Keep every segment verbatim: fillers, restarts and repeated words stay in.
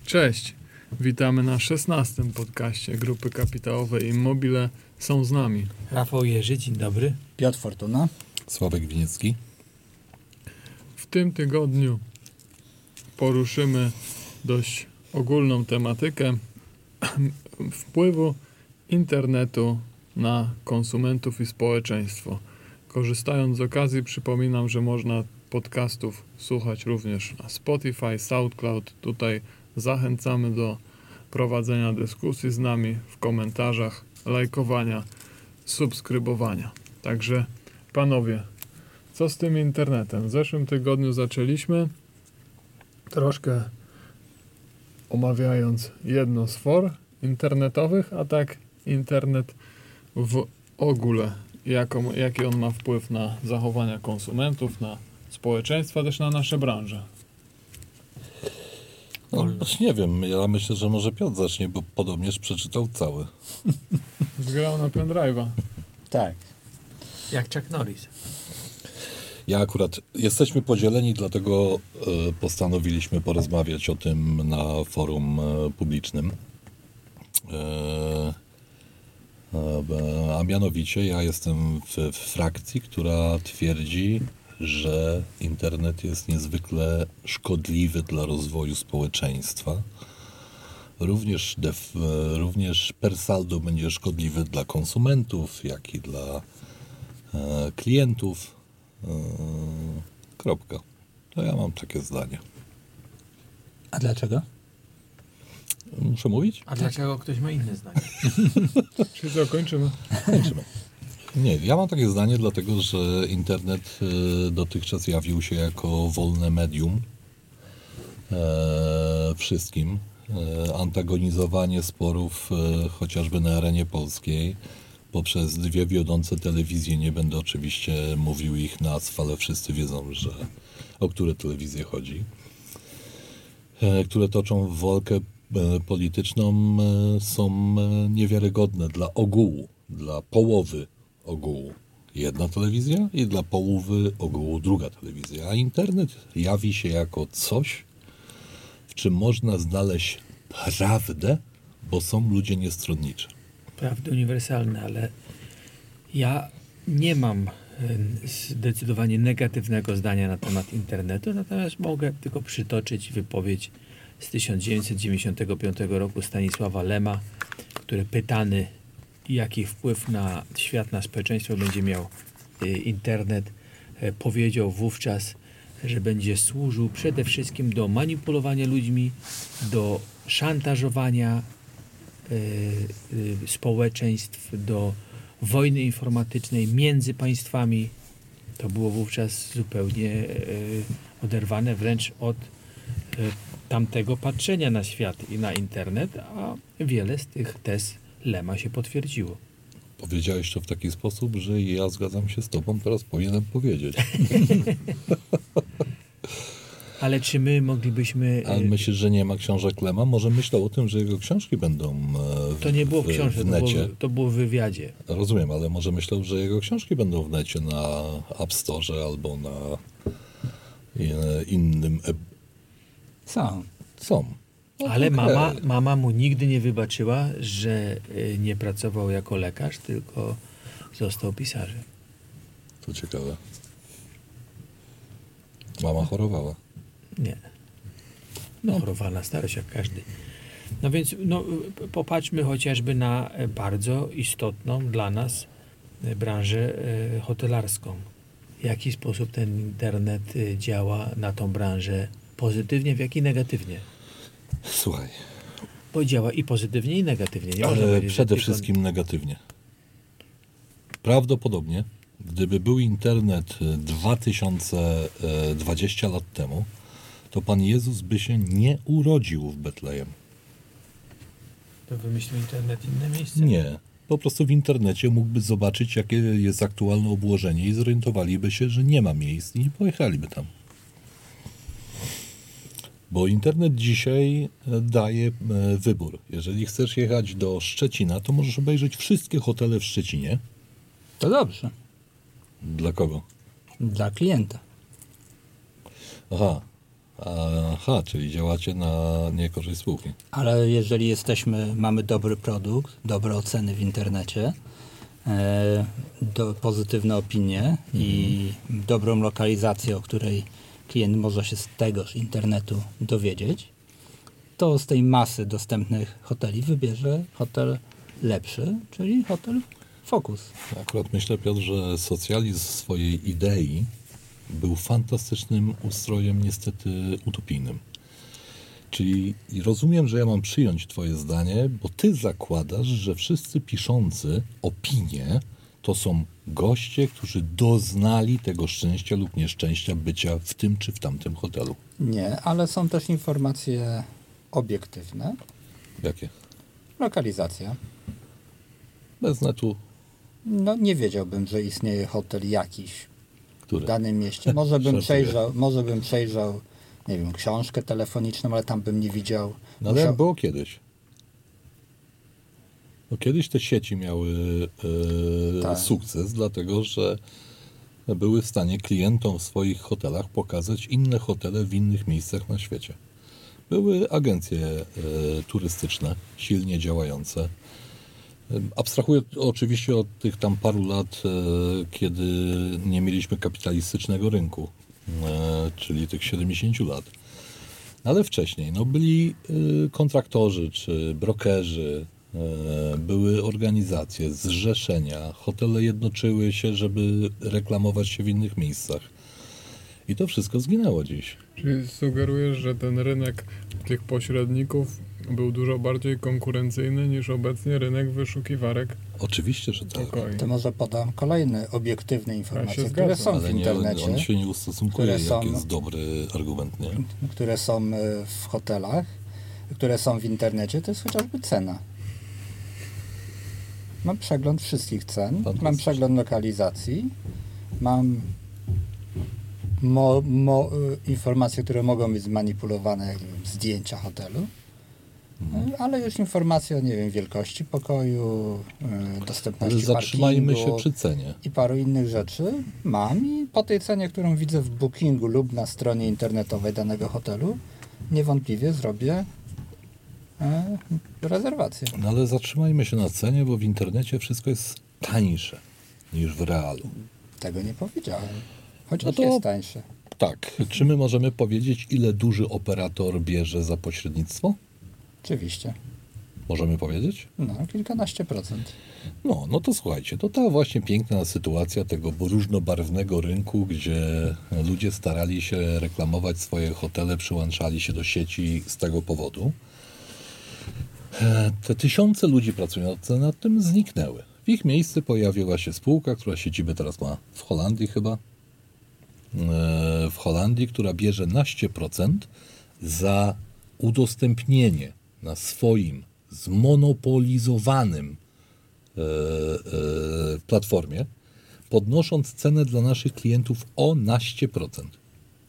Cześć, witamy na szesnastym podcaście Grupy Kapitałowej Immobile. Są z nami Rafał Jerzy, dzień dobry. Piotr Fortuna. Sławek Winiecki. W tym tygodniu poruszymy dość ogólną tematykę wpływu internetu na konsumentów i społeczeństwo. Korzystając z okazji, przypominam, że można podcastów słuchać również na Spotify, SoundCloud. Tutaj zachęcamy do prowadzenia dyskusji z nami w komentarzach, lajkowania, subskrybowania. Także panowie, co z tym internetem? W zeszłym tygodniu zaczęliśmy troszkę omawiając jedno z for internetowych, a tak internet w ogóle. Jaką, jaki on ma wpływ na zachowania konsumentów, na społeczeństwa, też na nasze branże. No, nie wiem, ja myślę, że może Piotr zacznie, bo podobnież przeczytał cały. Zgrał na pendrive'a. Tak. Jak Chuck Norris. Ja akurat, jesteśmy podzieleni, dlatego e, postanowiliśmy porozmawiać o tym na forum e, publicznym. E, e, a mianowicie ja jestem w, w frakcji, która twierdzi, że internet jest niezwykle szkodliwy dla rozwoju społeczeństwa. Również, def, również per saldo będzie szkodliwy dla konsumentów, jak i dla e, klientów. E, kropka. To ja mam takie zdanie. A dlaczego? Muszę mówić? A dlaczego ktoś ma inne zdanie? Czyli co, kończymy? Kończymy. Nie, ja mam takie zdanie, dlatego że internet e, dotychczas jawił się jako wolne medium e, wszystkim. E, antagonizowanie sporów e, chociażby na arenie polskiej poprzez dwie wiodące telewizje, nie będę oczywiście mówił ich nazw, ale wszyscy wiedzą, że o które telewizje chodzi, e, które toczą walkę e, polityczną, e, są e, niewiarygodne dla ogółu, dla połowy ogółu jedna telewizja i dla połowy ogółu druga telewizja. A internet jawi się jako coś, w czym można znaleźć prawdę, bo są ludzie niestronniczy. Prawdy uniwersalne, ale ja nie mam zdecydowanie negatywnego zdania na temat internetu, natomiast mogę tylko przytoczyć wypowiedź z tysiąc dziewięćset dziewięćdziesiątego piątego roku Stanisława Lema, który pytany, jaki wpływ na świat, na społeczeństwo będzie miał internet, powiedział wówczas, że będzie służył przede wszystkim do manipulowania ludźmi, do szantażowania y, y, społeczeństw, do wojny informatycznej między państwami. To było wówczas zupełnie y, oderwane wręcz od y, tamtego patrzenia na świat i na internet, a wiele z tych tez Lema się potwierdziło. Powiedziałeś to w taki sposób, że ja zgadzam się z tobą, teraz powinienem powiedzieć. Ale czy my moglibyśmy... Ale myślisz, że nie ma książek Lema? Może myślał o tym, że jego książki będą w, To nie było w książce, w to necie. było, to było w wywiadzie. Rozumiem, ale może myślał, że jego książki będą w necie na App Store albo na innym... E... Są. Są. No, Ale okay. mama, mama mu nigdy nie wybaczyła, że y, nie pracował jako lekarz, tylko został pisarzem. To ciekawe. Mama chorowała. Nie. No, chorowała na starość jak każdy. No więc no, popatrzmy chociażby na bardzo istotną dla nas branżę y, hotelarską. W jaki sposób ten internet y, działa na tą branżę pozytywnie, w jaki negatywnie? Słuchaj. Bo działa i pozytywnie, i negatywnie. Nie można Ale powiedzieć, że przede tylko... wszystkim negatywnie. Prawdopodobnie, gdyby był internet dwa tysiące dwadzieścia lat temu, to Pan Jezus by się nie urodził w Betlejem. To wymyślił internet inne miejsce? Nie. Po prostu w internecie mógłby zobaczyć, jakie jest aktualne obłożenie i zorientowaliby się, że nie ma miejsc i nie pojechaliby tam. Bo internet dzisiaj daje wybór. Jeżeli chcesz jechać do Szczecina, to możesz obejrzeć wszystkie hotele w Szczecinie. To dobrze. Dla kogo? Dla klienta. Aha. Aha, czyli działacie na niekorzyść spółki. Ale jeżeli jesteśmy, mamy dobry produkt, dobre oceny w internecie, e, do, pozytywne opinie i dobrą lokalizację, o której klient może się z tegoż internetu dowiedzieć, to z tej masy dostępnych hoteli wybierze hotel lepszy, czyli hotel Focus. Akurat myślę, Piotr, że socjalizm swojej idei był fantastycznym ustrojem, niestety utopijnym. Czyli rozumiem, że ja mam przyjąć twoje zdanie, bo ty zakładasz, że wszyscy piszący opinie to są goście, którzy doznali tego szczęścia lub nieszczęścia bycia w tym czy w tamtym hotelu. Nie, ale są też informacje obiektywne. Jakie? Lokalizacja. Bez netu, No nie wiedziałbym, że istnieje hotel jakiś w który? danym mieście. Może bym Żartuję. przejrzał, może bym przejrzał, nie wiem, książkę telefoniczną, ale tam bym nie widział. No ale Musiał- jak było kiedyś? No kiedyś te sieci miały e, Tak. sukces, dlatego że były w stanie klientom w swoich hotelach pokazać inne hotele w innych miejscach na świecie. Były agencje e, turystyczne, silnie działające. E, Abstrahuję oczywiście od tych tam paru lat, e, kiedy nie mieliśmy kapitalistycznego rynku, e, czyli tych siedemdziesięciu lat. Ale wcześniej no, byli y, kontraktorzy czy brokerzy, y, były organizacje, zrzeszenia, hotele jednoczyły się, żeby reklamować się w innych miejscach. I to wszystko zginęło dziś. Czyli sugerujesz, że ten rynek tych pośredników był dużo bardziej konkurencyjny niż obecnie rynek wyszukiwarek Oczywiście, że tak. pokoi. To może podam kolejne obiektywne informacje, się które zgadzam. są w Ale nie, internecie, on się nie ustosunkuje, które są- jak jest dobry argument, nie? które są e, w hotelach, które są w internecie, to jest chociażby cena. Mam przegląd wszystkich cen, mam Fantastycznie. przegląd lokalizacji, mam mo, mo, y, informacje, które mogą być zmanipulowane, jak nie wiem, zdjęcia hotelu, Mhm. y, ale już informacje o, nie wiem, wielkości pokoju, y, dostępności Ale zatrzymajmy się parkingu przy cenie. i paru innych rzeczy mam i po tej cenie, którą widzę w bookingu lub na stronie internetowej danego hotelu, niewątpliwie zrobię e, rezerwację. No ale zatrzymajmy się na cenie, bo w internecie wszystko jest tańsze niż w realu. Tego nie powiedziałem. Chociaż No to- jest tańsze. Tak. Czy my możemy powiedzieć, ile duży operator bierze za pośrednictwo? Oczywiście. Możemy powiedzieć? No, kilkanaście procent. No, no to słuchajcie, to ta właśnie piękna sytuacja tego różnobarwnego rynku, gdzie ludzie starali się reklamować swoje hotele, przyłączali się do sieci z tego powodu. E, Te tysiące ludzi pracujących nad tym zniknęły. W ich miejsce pojawiła się spółka, która siedzibę teraz ma w Holandii chyba. E, W Holandii, która bierze naście procent za udostępnienie na swoim zmonopolizowanym e, e, platformie, podnosząc cenę dla naszych klientów o naście procent.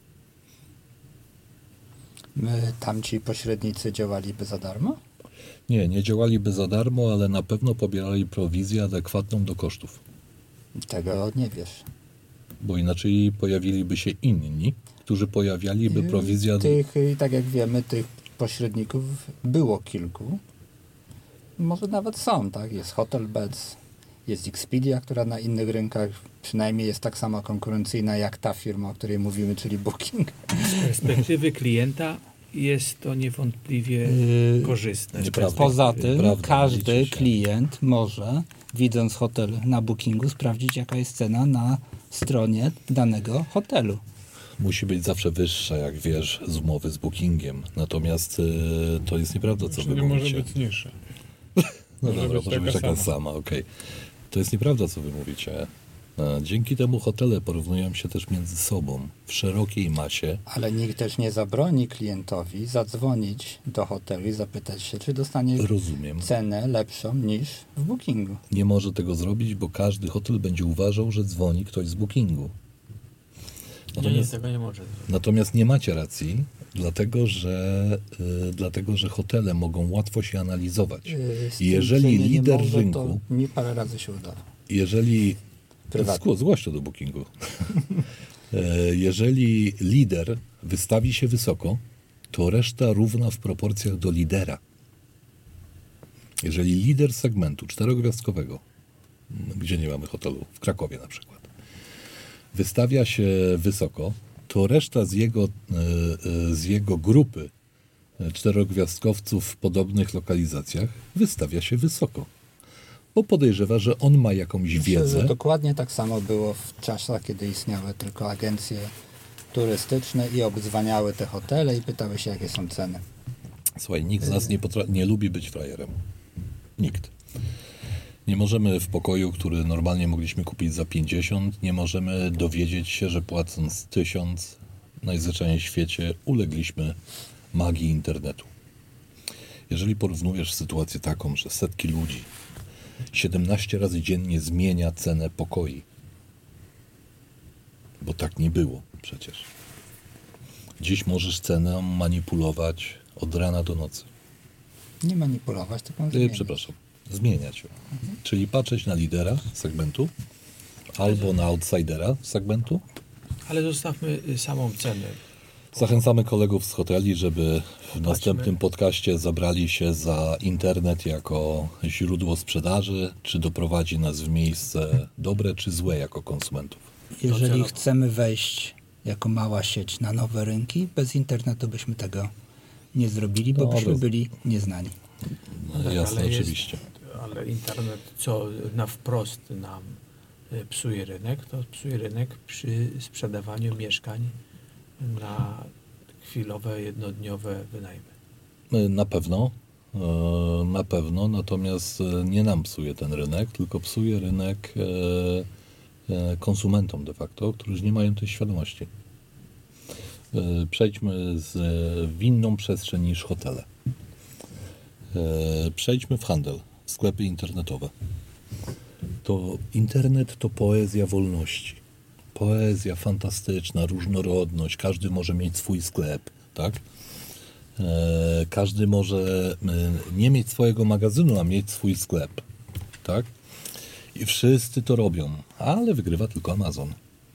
My, tamci pośrednicy działaliby za darmo? Nie, nie działaliby za darmo, ale na pewno pobierali prowizję adekwatną do kosztów, Tego nie wiesz. bo inaczej pojawiliby się inni, którzy pojawialiby prowizję. Tych, i tak jak wiemy, tych pośredników było kilku. Może nawet są, tak? Jest Hotelbeds, jest Expedia, która na innych rynkach przynajmniej jest tak samo konkurencyjna jak ta firma, o której mówimy, czyli Booking. Z perspektywy klienta jest to niewątpliwie Yy, korzystne. nieprawda. Poza tym Nieprawda, każdy liczy się. klient może, widząc hotel na Bookingu, sprawdzić, jaka jest cena na stronie danego hotelu. Musi być zawsze wyższa, jak wiesz, z umowy z Bookingiem. Natomiast y, to jest nieprawda, co Czy wy nie może mówicie. być niższe? No może dobra, być może być taka taka sama. sama, okej. To jest nieprawda, co wy mówicie. E, Dzięki temu hotele porównują się też między sobą w szerokiej masie. Ale nikt też nie zabroni klientowi zadzwonić do hotelu i zapytać się, czy dostanie Rozumiem. cenę lepszą niż w Bookingu. Nie może tego zrobić, bo każdy hotel będzie uważał, że dzwoni ktoś z Bookingu. Nie, nie, Natomiast, tego nie może zrobić. natomiast nie macie racji, dlatego że, y, dlatego że hotele mogą łatwo się analizować. Yy, z I tym, jeżeli że nie, nie lider może, rynku- To mi parę razy się udało. Jeżeli... Prywatnie. Zgło- Zgłoś to do Bookingu. E, Jeżeli lider wystawi się wysoko, to reszta równa w proporcjach do lidera. Jeżeli lider segmentu czterogwiazdkowego, gdzie nie mamy hotelu, w Krakowie na przykład, wystawia się wysoko, to reszta z jego, e, e, z jego grupy czterogwiazdkowców w podobnych lokalizacjach wystawia się wysoko. Bo podejrzewa, że on ma jakąś Myślę, że wiedzę. dokładnie tak samo było w czasach, kiedy istniały tylko agencje turystyczne i obdzwaniały te hotele i pytały się, jakie są ceny. Słuchaj, nikt z nas nie, potra- nie lubi być frajerem. Nikt. Nie możemy w pokoju, który normalnie mogliśmy kupić za pięćdziesiąt, nie możemy dowiedzieć się, że płacąc tysiąc, najzwyczajniej w świecie ulegliśmy magii internetu. Jeżeli porównujesz sytuację taką, że setki ludzi siedemnaście razy dziennie zmienia cenę pokoi, bo tak nie było przecież. Dziś możesz ceną manipulować od rana do nocy. Nie manipulować, tylko Yy, zmieniać. przepraszam, zmieniać ją. Czyli patrzeć na lidera segmentu albo na outsidera segmentu. Ale zostawmy y, samą cenę. Zachęcamy kolegów z hoteli, żeby w następnym podcaście zabrali się za internet jako źródło sprzedaży, czy doprowadzi nas w miejsce dobre czy złe jako konsumentów. Jeżeli Docelowo. chcemy wejść jako mała sieć na nowe rynki, bez internetu byśmy tego nie zrobili, bo No, byśmy bez- byli nieznani. No tak, Jasne, ale jest- oczywiście. Ale internet, co na wprost nam y, psuje rynek, to psuje rynek przy sprzedawaniu mieszkań na chwilowe, jednodniowe wynajmy. Na pewno, e, na pewno, natomiast e, nie nam psuje ten rynek, tylko psuje rynek e, e, konsumentom de facto, którzy nie mają tej świadomości. E, Przejdźmy z, w inną przestrzeń niż hotele. E, Przejdźmy w handel, w sklepy internetowe. To internet to poezja wolności. Poezja fantastyczna, różnorodność, każdy może mieć swój sklep, tak? E, każdy może e, nie mieć swojego magazynu, a mieć swój sklep, tak? I wszyscy to robią, ale wygrywa tylko Amazon.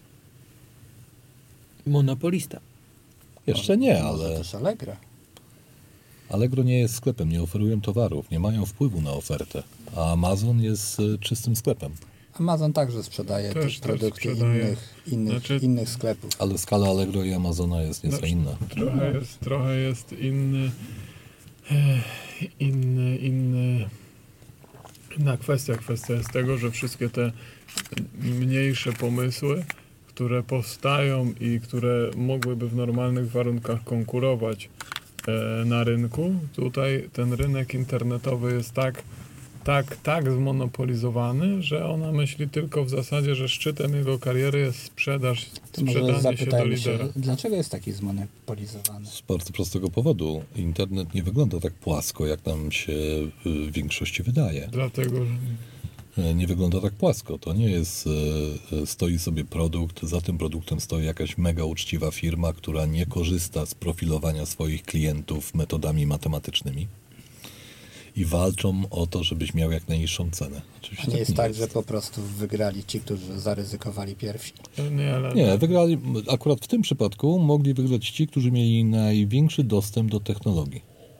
Monopolista. Jeszcze nie, Może ale też Allegro. Allegro nie jest sklepem, nie oferują towarów, nie mają wpływu na ofertę, a Amazon jest e, czystym sklepem. Amazon także sprzedaje Też, też też produkty sprzedaje. innych, innych, Znaczy- innych sklepów. Ale skala Allegro i Amazona jest nieco Znaczy, inna. Trochę jest, trochę jest inny, e, inny, inny, inna kwestia. Kwestia jest tego, że wszystkie te mniejsze pomysły, które powstają i które mogłyby w normalnych warunkach konkurować e, na rynku, tutaj ten rynek internetowy jest tak, tak, tak zmonopolizowany, że ona myśli tylko w zasadzie, że szczytem jego kariery jest sprzedaż, To może sprzedanie się do zapytajmy się, lidera. dlaczego jest taki zmonopolizowany? Z bardzo prostego powodu. Internet nie wygląda tak płasko, jak nam się y, w większości wydaje. Dlatego, że E, Nie wygląda tak płasko. To nie jest, e, e, stoi sobie produkt, za tym produktem stoi jakaś mega uczciwa firma, która nie korzysta z profilowania swoich klientów metodami matematycznymi i walczą o to, żebyś miał jak najniższą cenę. A Oczywiście nie jest tak, jest. że po prostu wygrali ci, którzy zaryzykowali pierwsi. nie, ale Nie, wygrali, akurat w tym przypadku mogli wygrać ci, którzy mieli największy dostęp do technologii.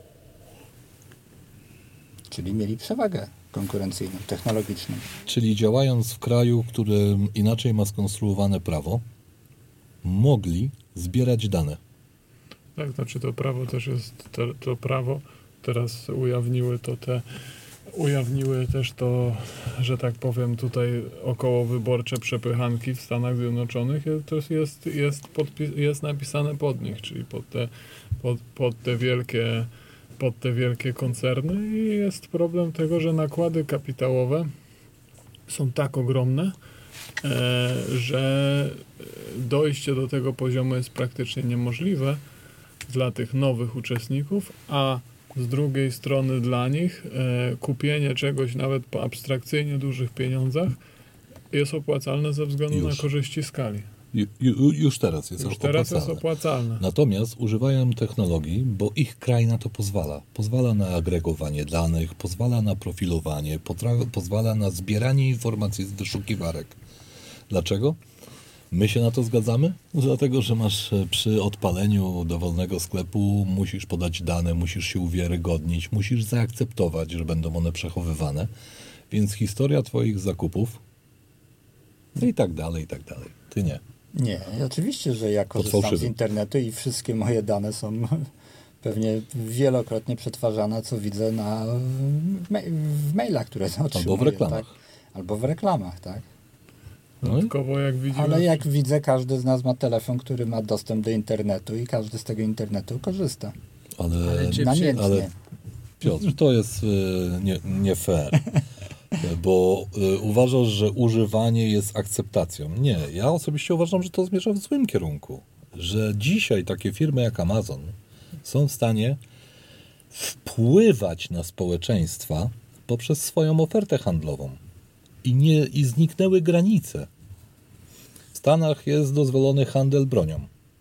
Czyli mieli przewagę konkurencyjną, technologiczną. Czyli działając w kraju, w którym inaczej ma skonstruowane prawo, mogli zbierać dane. tak, znaczy to prawo też jest, to, to prawo teraz ujawniły to te, ujawniły też to, że tak powiem tutaj okołowyborcze przepychanki w Stanach Zjednoczonych, jest, to jest, jest, podpis, jest napisane pod nich, czyli pod te, pod, pod te wielkie pod te wielkie koncerny i jest problem tego, że nakłady kapitałowe są tak ogromne, e, że dojście do tego poziomu jest praktycznie niemożliwe dla tych nowych uczestników, a z drugiej strony dla nich e, kupienie czegoś nawet po abstrakcyjnie dużych pieniądzach jest opłacalne ze względu Już. na korzyści skali. Ju, ju, już teraz jest Już teraz jest opłacalne. opłacalne. Natomiast używają technologii, bo ich kraj na to pozwala. Pozwala na agregowanie danych, pozwala na profilowanie, potra- pozwala na zbieranie informacji z wyszukiwarek. Dlaczego? My się na to zgadzamy, dlatego że masz e, przy odpaleniu dowolnego sklepu, musisz podać dane, musisz się uwiarygodnić, musisz zaakceptować, że będą one przechowywane, więc historia twoich zakupów no i tak dalej, i tak dalej. Ty nie. Nie, oczywiście, że ja korzystam z fałszywym. internetu i wszystkie moje dane są pewnie wielokrotnie przetwarzane, co widzę na, w, ma- w mailach, które otrzymuję. w reklamach. Tak? Albo w reklamach, tak. No i Dodatkowo jak widzimy... Ale jak widzę, każdy z nas ma telefon, który ma dostęp do internetu i każdy z tego internetu korzysta. ale, Ale czy- Namiętnie. ale Piotr, to jest e, nie, nie fair, bo e, uważasz, że używanie jest akceptacją. Nie, ja osobiście uważam, że to zmierza w złym kierunku. Że dzisiaj takie firmy jak Amazon są w stanie wpływać na społeczeństwa poprzez swoją ofertę handlową. I, nie, i zniknęły granice. W Stanach jest dozwolony handel bronią.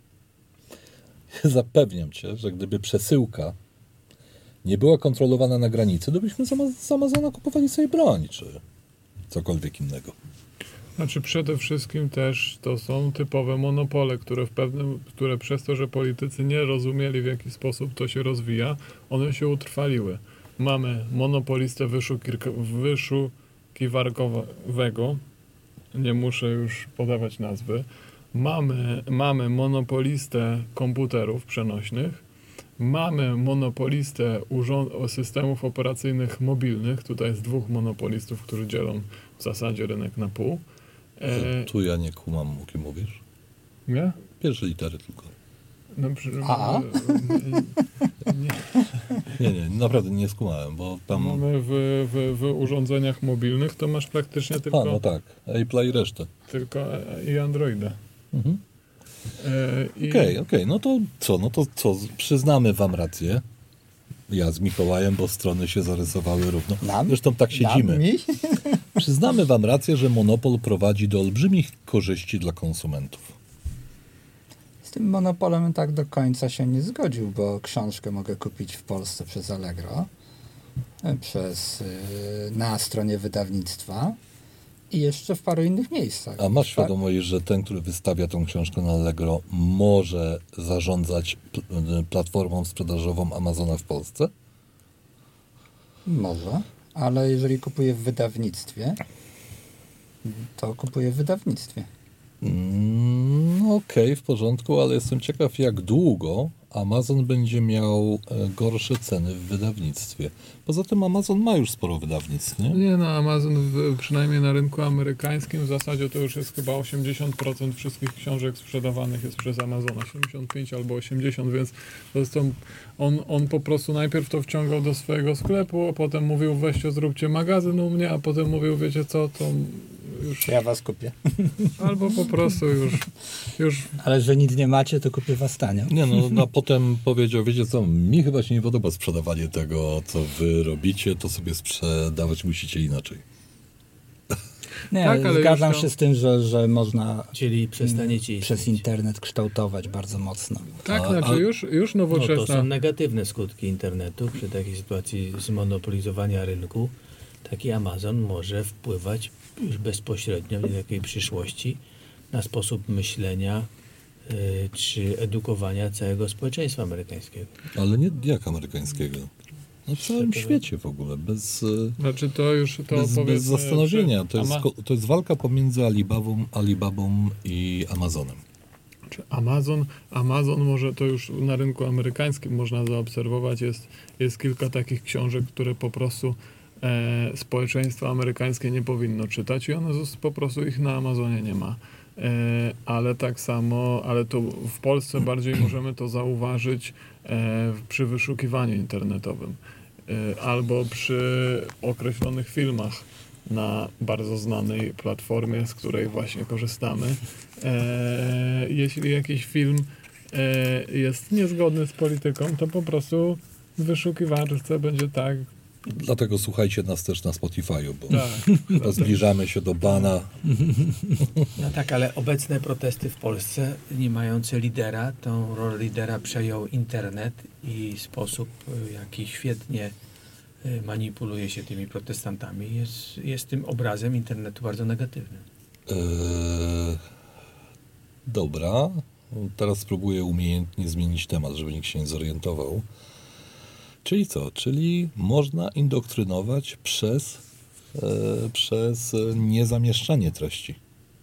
Zapewniam cię, że gdyby przesyłka nie była kontrolowana na granicy, to byśmy z Ama- z Amazona kupowali sobie broń, czy cokolwiek innego. Znaczy przede wszystkim też to są typowe monopole, które w pewnym, które przez to, że politycy nie rozumieli, w jaki sposób to się rozwija, one się utrwaliły. Mamy monopolistę wyszukirka- wyszukiwarkowego, nie muszę już podawać nazwy. Mamy, mamy monopolistę komputerów przenośnych, mamy monopolistę urząd- systemów operacyjnych mobilnych. Tutaj jest dwóch monopolistów, którzy dzielą w zasadzie rynek na pół. E, Tu ja nie kumam, o kim mówisz. nie? Pierwsze litery tylko. No, przy, A? e, nie. Nie, nie, naprawdę nie skumałem, bo tam... Mamy w, w, w urządzeniach mobilnych to masz praktycznie tylko, A, no tak, Apple i resztę. tylko e, i Androida. Mhm. E, i- Okej, okej, no to co, no to co, przyznamy wam rację. Ja z Mikołajem, bo strony się zarysowały równo. Nam? Zresztą tak siedzimy. Nam, mi? Przyznamy wam rację, że monopol prowadzi do olbrzymich korzyści dla konsumentów. Z tym monopolem tak do końca się nie zgodził, bo książkę mogę kupić w Polsce przez Allegro, e, przez, y, na stronie wydawnictwa i jeszcze w paru innych miejscach. A masz Pa- świadomość, że ten, który wystawia tą książkę na Allegro, może zarządzać pl- platformą sprzedażową Amazona w Polsce? Może, ale jeżeli kupuję w wydawnictwie, to kupuję w wydawnictwie. Mm, no okej, w porządku, ale jestem ciekaw, jak długo Amazon będzie miał e, gorsze ceny w wydawnictwie. Poza tym Amazon ma już sporo wydawnictw, nie? Nie no, Amazon w, przynajmniej na rynku amerykańskim w zasadzie to już jest chyba osiemdziesiąt procent wszystkich książek sprzedawanych jest przez Amazona, siedemdziesiąt pięć albo osiemdziesiąt, więc to jest to, on, on po prostu najpierw to wciągał do swojego sklepu, a potem mówił weźcie zróbcie magazyn u mnie, a potem mówił wiecie co, to już Ja was kupię. albo po prostu już, już Ale że nic nie macie, to kupię was tanio. Nie no, a potem powiedział, wiecie co, mi chyba się nie podoba sprzedawanie tego, co wy robicie, to sobie sprzedawać musicie inaczej. Nie, Tak, ale zgadzam już to- się z tym, że, że można Czyli przestaniecie przez istnieć. internet kształtować bardzo mocno. tak, A- znaczy a- już, już No to nowoczesna. są negatywne skutki internetu. Przy takiej sytuacji zmonopolizowania rynku taki Amazon może wpływać już bezpośrednio w takiej przyszłości na sposób myślenia y, czy edukowania całego społeczeństwa amerykańskiego. Ale nie jak amerykańskiego. No w całym Światowego. świecie w ogóle, bez, e, Znaczy to już to bez, bez powiedzmy, zastanowienia. czy To jest, Ama- ko- to jest walka pomiędzy Alibabą, Alibabą i Amazonem. Czy Amazon, Amazon może to już na rynku amerykańskim można zaobserwować, jest, jest kilka takich książek, które po prostu e, społeczeństwo amerykańskie nie powinno czytać i one zos- po prostu ich na Amazonie nie ma. E, ale tak samo, ale to w Polsce bardziej możemy to zauważyć e, przy wyszukiwaniu internetowym e, albo przy określonych filmach na bardzo znanej platformie, z której właśnie korzystamy. E, jeśli jakiś film e, jest niezgodny z polityką, to po prostu w wyszukiwarce będzie tak. Dlatego słuchajcie nas też na Spotify'u, bo tak chyba zbliżamy się do bana. No tak, ale obecne protesty w Polsce, nie mające lidera, tą rolę lidera przejął internet i sposób, y, jaki świetnie y, manipuluje się tymi protestantami, jest, jest tym obrazem internetu bardzo negatywnym. Eee, Dobra, teraz spróbuję umiejętnie zmienić temat, żeby nikt się nie zorientował. Czyli co? Czyli można indoktrynować przez, e, przez niezamieszczanie treści.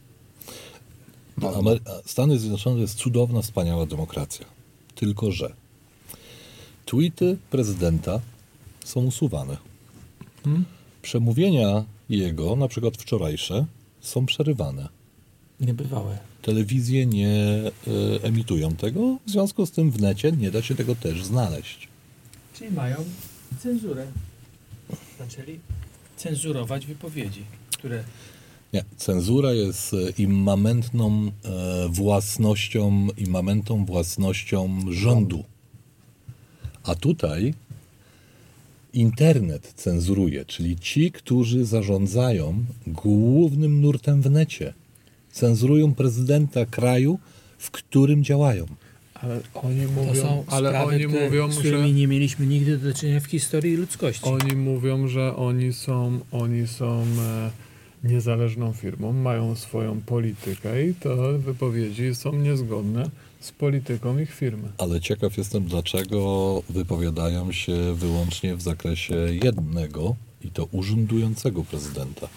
Amery- Stany Zjednoczone to jest cudowna, wspaniała demokracja. Tylko że tweety prezydenta są usuwane. Hmm? Przemówienia jego, na przykład wczorajsze, są przerywane. Niebywałe. Telewizje nie e, emitują tego, w związku z tym w necie nie da się tego też znaleźć. Czyli mają cenzurę. Zaczęli cenzurować wypowiedzi, które... Nie, cenzura jest e, immamentną e, własnością, immamentną własnością rządu. A tutaj internet cenzuruje, czyli ci, którzy zarządzają głównym nurtem w necie, cenzurują prezydenta kraju, w którym działają. Ale oni To mówią, są ale sprawy, oni które, mówią, z że którymi nie mieliśmy nigdy do czynienia w historii ludzkości. oni mówią, że oni są, oni są e, niezależną firmą, mają swoją politykę i te wypowiedzi są niezgodne z polityką ich firmy. Ale ciekaw jestem, dlaczego wypowiadają się wyłącznie w zakresie jednego, i to urzędującego prezydenta.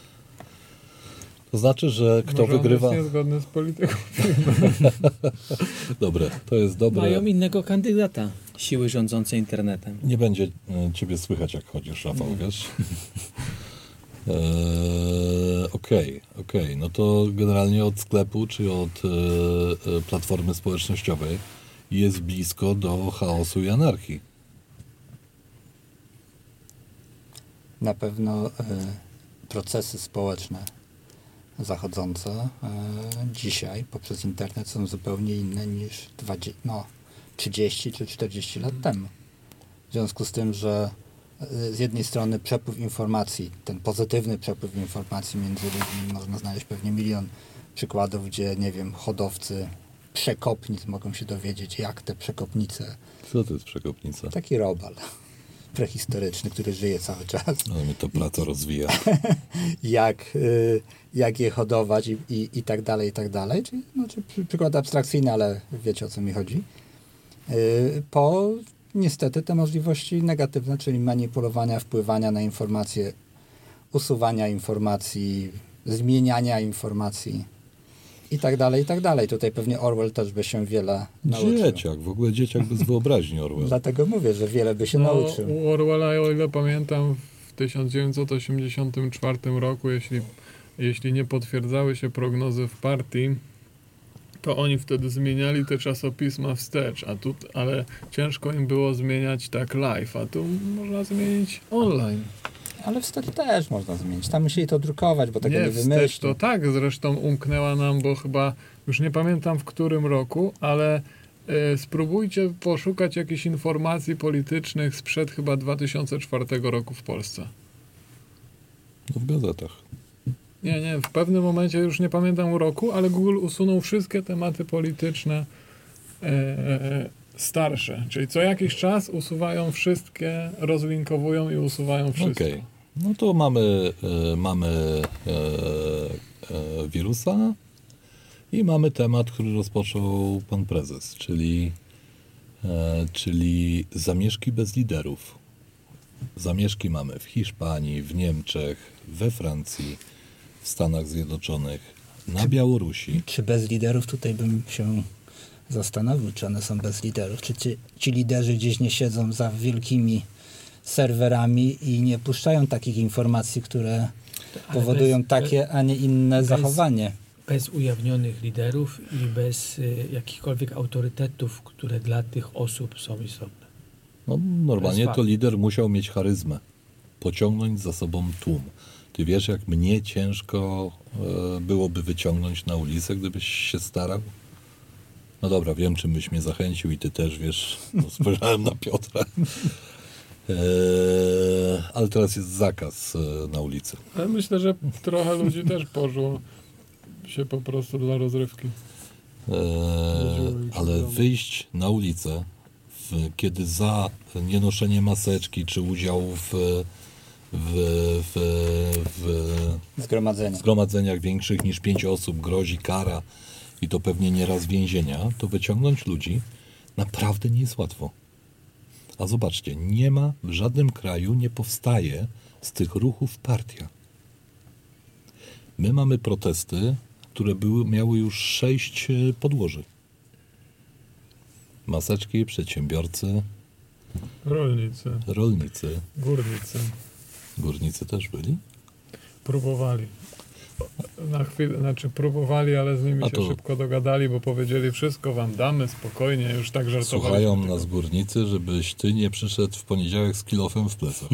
To znaczy, że kto Może on wygrywa... jest niezgodny z polityką firmy. Dobre, to jest dobre. Mają innego kandydata, siły rządzące internetem. Nie będzie e, ciebie słychać, jak chodzisz, Rafał, wiesz? Eee, Okej, okej. No to generalnie od sklepu czy od e, e, platformy społecznościowej jest blisko do chaosu i anarchii. Na pewno y, procesy społeczne zachodzące y, dzisiaj poprzez internet są zupełnie inne niż dwadzieścia, no, trzydzieści czy czterdzieści lat temu. W związku z tym, że y, z jednej strony przepływ informacji, ten pozytywny przepływ informacji między ludźmi, można znaleźć pewnie milion przykładów, gdzie, nie wiem, hodowcy przekopnic mogą się dowiedzieć, jak te przekopnice, Co to jest przekopnica? taki robal prehistoryczny, który żyje cały czas, No, mnie to praca rozwija. jak, y, jak je hodować i, i, i tak dalej, i tak dalej. Czyli, no, czy przy, przykład abstrakcyjny, ale wiecie, o co mi chodzi. Y, po niestety te możliwości negatywne, czyli manipulowania, wpływania na informacje, usuwania informacji, zmieniania informacji i tak dalej, i tak dalej. Tutaj pewnie Orwell też by się wiele nauczył. Dzieciak, w ogóle dzieciak bez wyobraźni Orwell. Dlatego mówię, że wiele by się No, nauczył. u Orwella, o ile pamiętam, w tysiąc dziewięćset osiemdziesiątym czwartym roku, jeśli, jeśli nie potwierdzały się prognozy w partii, to oni wtedy zmieniali te czasopisma wstecz, a tu, ale ciężko im było zmieniać tak live, a tu można zmienić online. Ale wstecz też można zmienić. Tam musieli to drukować, bo tego nie, Nie, nie wstecz wymyślił. to tak, zresztą umknęła nam, bo chyba, już nie pamiętam w którym roku, ale y, spróbujcie poszukać jakichś informacji politycznych sprzed chyba dwa tysiące czwartego roku w Polsce. No w gazetach. Nie, nie, w pewnym momencie, już nie pamiętam roku, ale Google usunął wszystkie tematy polityczne e, e, starsze. Czyli co jakiś czas usuwają wszystkie, rozlinkowują i usuwają wszystko. Okej. No to mamy, e, mamy e, e, wirusa i mamy temat, który rozpoczął pan prezes, czyli, e, czyli zamieszki bez liderów. Zamieszki mamy w Hiszpanii, w Niemczech, we Francji, w Stanach Zjednoczonych, na Białorusi. Czy bez liderów tutaj bym się zastanowił, czy one są bez liderów? Czy ci, ci liderzy gdzieś nie siedzą za wielkimi serwerami i nie puszczają takich informacji, które Ale powodują bez- takie, a nie inne bez- zachowanie? Bez ujawnionych liderów i bez y, jakichkolwiek autorytetów, które dla tych osób są istotne. No, normalnie Bez to fakt. lider musiał mieć charyzmę, pociągnąć za sobą tłum. Ty wiesz, jak mnie ciężko e, byłoby wyciągnąć na ulicę, gdybyś się starał? No dobra, wiem, czym byś mnie zachęcił i ty też wiesz, no, spojrzałem na Piotra. E, ale teraz jest zakaz e, na ulicy. Ale myślę, że trochę ludzi też poszło się po prostu dla rozrywki. E, ale wyjść na ulicę, w, kiedy za nienoszenie maseczki czy udział w, w, w, w Zgromadzenie. zgromadzeniach większych niż pięć osób grozi kara i to pewnie nieraz więzienia, to wyciągnąć ludzi naprawdę nie jest łatwo. A zobaczcie, nie ma w żadnym kraju, nie powstaje z tych ruchów partia. My mamy protesty, które były, miały już sześć e, podłoży. Maseczki, przedsiębiorcy, Rolnicy, rolnicy, górnicy górnicy też byli. próbowali. Na chwilę, znaczy próbowali, ale z nimi A się to- szybko dogadali, bo powiedzieli wszystko wam damy, spokojnie, już tak żartowali. Słuchają nas górnicy, żebyś ty nie przyszedł w poniedziałek z kilofem w plecach.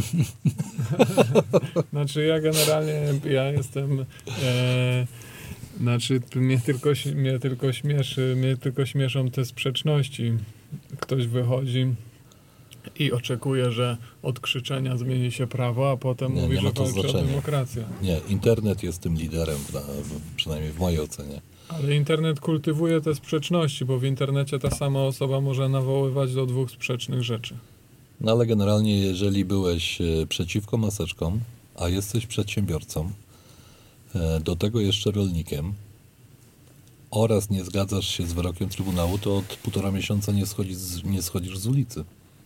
Znaczy ja generalnie, ja jestem, e, znaczy mnie tylko, ś- mnie tylko śmieszy, mnie tylko śmieszą te sprzeczności. Ktoś wychodzi i oczekuje, że od krzyczenia zmieni się prawo, a potem Nie, mówi, nie ma że to walczy o znaczenia. demokrację. Nie, internet jest tym liderem, na- przynajmniej w mojej ocenie. Ale internet kultywuje te sprzeczności, bo w internecie ta sama osoba może nawoływać do dwóch sprzecznych rzeczy. No ale generalnie, jeżeli byłeś e, przeciwko maseczkom, a jesteś przedsiębiorcą, e, do tego jeszcze rolnikiem oraz nie zgadzasz się z wyrokiem Trybunału, to od półtora miesiąca nie, schodzi z, nie schodzisz z ulicy.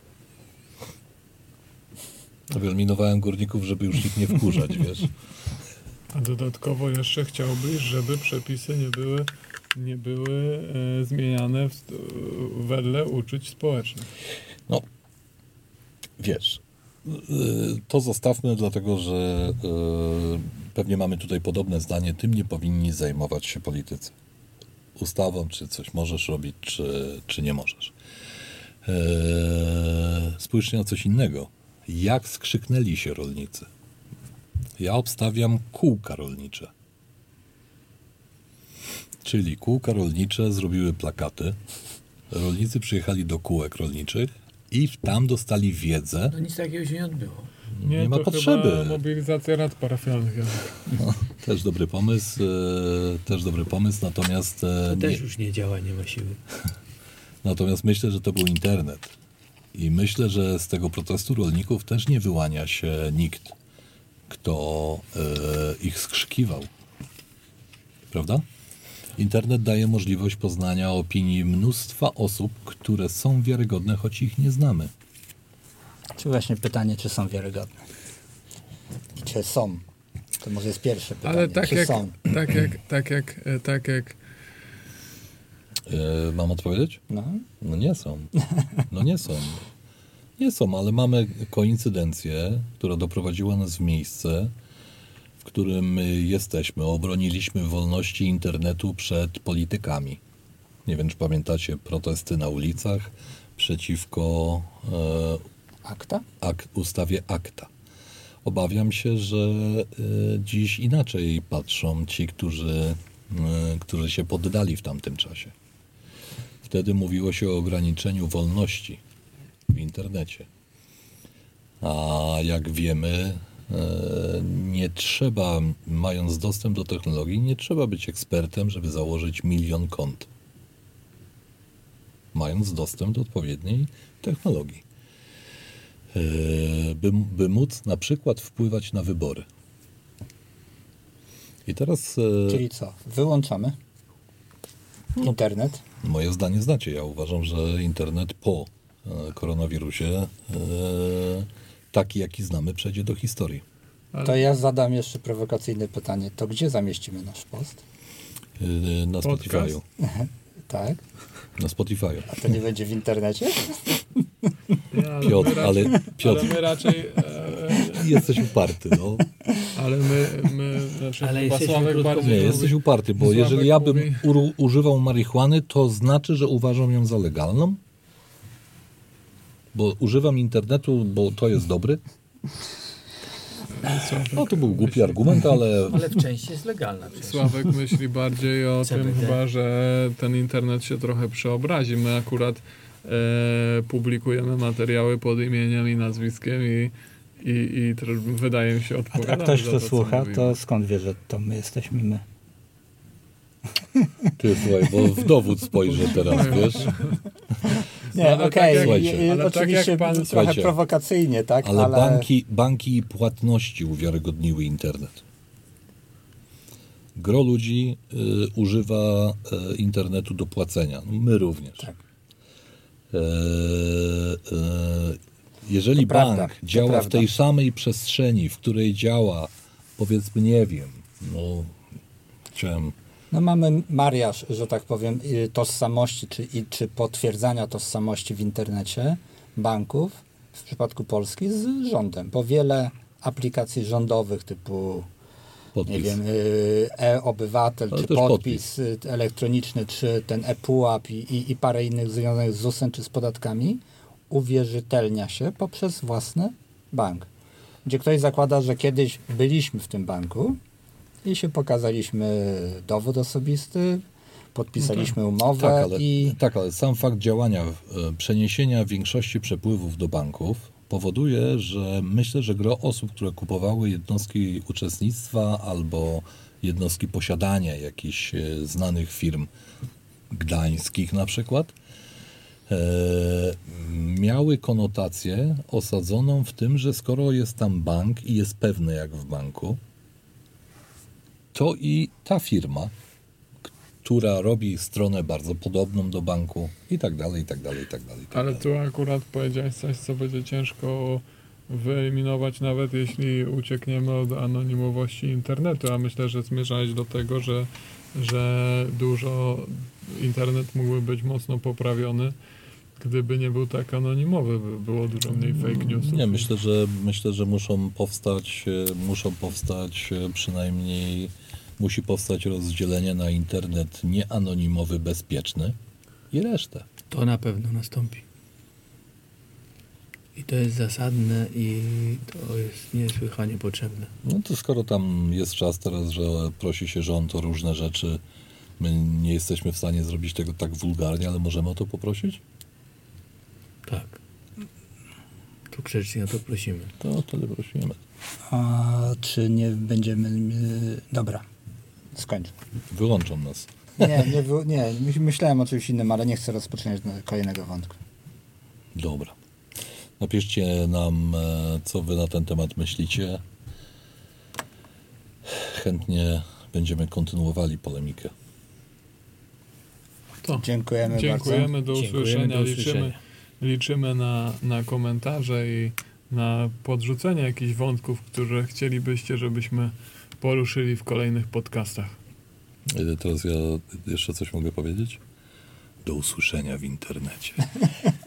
Wyeliminowałem górników, żeby już ich nie wkurzać, wiesz. A dodatkowo jeszcze chciałbyś, żeby przepisy nie były, nie były e, zmieniane w, wedle uczuć społecznych. No, wiesz, y, to zostawmy, dlatego że y, pewnie mamy tutaj podobne zdanie, tym nie powinni zajmować się politycy. Ustawą, czy coś możesz robić, czy, czy nie możesz. Eee, spójrzcie na coś innego. Jak skrzyknęli się rolnicy? Ja obstawiam kółka rolnicze. Czyli kółka rolnicze zrobiły plakaty, rolnicy przyjechali do kółek rolniczych i tam dostali wiedzę. No nic takiego się nie odbyło. Nie, ma to potrzeby. chyba mobilizacja rad parafialnych. Jednak. No, też dobry pomysł, e, też dobry pomysł, natomiast, e, To nie, też już nie działa, nie ma siły. natomiast myślę, że to był internet. I myślę, że z tego protestu rolników też nie wyłania się nikt, kto e, ich skrzykiwał. Prawda? Internet daje możliwość poznania opinii mnóstwa osób, które są wiarygodne, choć ich nie znamy. Czy właśnie pytanie, czy są wiarygodne? I czy są? To może jest pierwsze pytanie. Ale tak czy jak, są? tak jak, tak jak, e, tak jak, E, mam odpowiedzieć? No. No nie są. No nie są. Nie są, ale mamy koincydencję, która doprowadziła nas w miejsce, w którym my jesteśmy. Obroniliśmy wolności internetu przed politykami. Nie wiem, czy pamiętacie protesty na ulicach przeciwko e, Akta? ak- ustawie akta. Obawiam się, że e, dziś inaczej patrzą ci, którzy, e, którzy się poddali w tamtym czasie. Wtedy mówiło się o ograniczeniu wolności w internecie. A jak wiemy, e, nie trzeba, mając dostęp do technologii, nie trzeba być ekspertem, żeby założyć milion kont. Mając dostęp do odpowiedniej technologii. E, by, by móc na przykład wpływać na wybory. I teraz e, Czyli co? Wyłączamy internet. moje zdanie znacie. Ja uważam, że internet po e, koronawirusie e, taki, jaki znamy, przejdzie do historii. ale To ja zadam jeszcze prowokacyjne pytanie. To gdzie zamieścimy nasz post? E, na Podcast? Spotify'u. Tak? Na Spotify'u. A to nie będzie w internecie? nie, ale Piotr, my raczej, ale Piotr, ale my raczej, e, jesteś uparty, no. ale my, my znaczy Ale chyba jesteśmy Sławek krótko bardziej Nie, mówiąc- mówi- jesteś uparty, bo Sławek jeżeli ja bym mówi- uru- używał marihuany, to znaczy, że uważam ją za legalną? Bo używam internetu, bo to jest dobry? Sławek, No to był głupi argument, ale Ale w części jest legalna przecież. Sławek myśli bardziej o C tym B D. chyba, że ten internet się trochę przeobrazi. My akurat e, publikujemy materiały pod imieniem i nazwiskiem i, i, i tr- wydaje mi się A, a odpowiadamy ktoś, za kto to, co słucha, mówimy. to skąd wie, że to my jesteśmy my? ty słuchaj, bo w dowód spojrzę teraz, wiesz? Nie, Ale okej, tak jak- Słuchajcie. ale tak oczywiście jak pan- trochę Słuchajcie. prowokacyjnie, tak? Ale, Ale, banki, banki i płatności uwiarygodniły internet. Gro ludzi y, używa y, internetu do płacenia. No, my również. Tak. E, e, jeżeli To bank prawda, to działa w prawda. tej samej przestrzeni, w której działa, powiedzmy, nie wiem, no chciałem, No mamy mariaż, że tak powiem, y, tożsamości, czy, i, czy potwierdzania tożsamości w internecie banków, w przypadku Polski, z rządem, bo wiele aplikacji rządowych typu podpis. nie wiem, y, e-obywatel, Ale czy też podpis y, elektroniczny, czy ten e-pułap i, i, i parę innych związanych z ZUS-em czy z podatkami, uwierzytelnia się poprzez własny bank. Gdzie ktoś zakłada, że kiedyś byliśmy w tym banku i się pokazaliśmy dowód osobisty, podpisaliśmy umowę Tak ale, i tak, ale sam fakt działania, e, przeniesienia większości przepływów do banków powoduje, że myślę, że gro osób, które kupowały jednostki uczestnictwa albo jednostki posiadania jakichś e, znanych firm gdańskich na przykład, e, miały konotację osadzoną w tym, że skoro jest tam bank i jest pewny jak w banku, to i ta firma, która robi stronę bardzo podobną do banku i tak dalej, i tak dalej, i tak dalej. i tak Ale dalej. tu akurat powiedziałeś coś, co będzie ciężko wyeliminować, nawet jeśli uciekniemy od anonimowości internetu, a myślę, że zmierzałeś do tego, że, że dużo internet mógłby być mocno poprawiony, gdyby nie był tak anonimowy, by było dużo mniej fake newsów. Nie, myślę, że myślę, że muszą powstać, e, muszą powstać e, przynajmniej musi powstać rozdzielenie na internet nieanonimowy, bezpieczny i resztę. To na pewno nastąpi. I to jest zasadne i to jest niesłychanie potrzebne. No to skoro tam jest czas teraz, że prosi się rząd o różne rzeczy, my nie jesteśmy w stanie zrobić tego tak wulgarnie, ale możemy o to poprosić? Tak. Tu grzecznie o to prosimy. To o tyle prosimy. a, czy nie będziemy... y, dobra, skończę. Wyłączą nas. Nie, nie, wy- nie, my- myślałem o czymś innym, ale nie chcę rozpoczynać kolejnego wątku. Dobra. Napiszcie nam, e, co wy na ten temat myślicie. Chętnie będziemy kontynuowali polemikę. To. Dziękujemy, Dziękujemy, do Dziękujemy, usłyszenia. do Liczymy, usłyszenia. liczymy na, na komentarze i na podrzucenie jakichś wątków, które chcielibyście, żebyśmy poruszyli w kolejnych podcastach. E, Teraz ja jeszcze coś mogę powiedzieć? Do usłyszenia w internecie.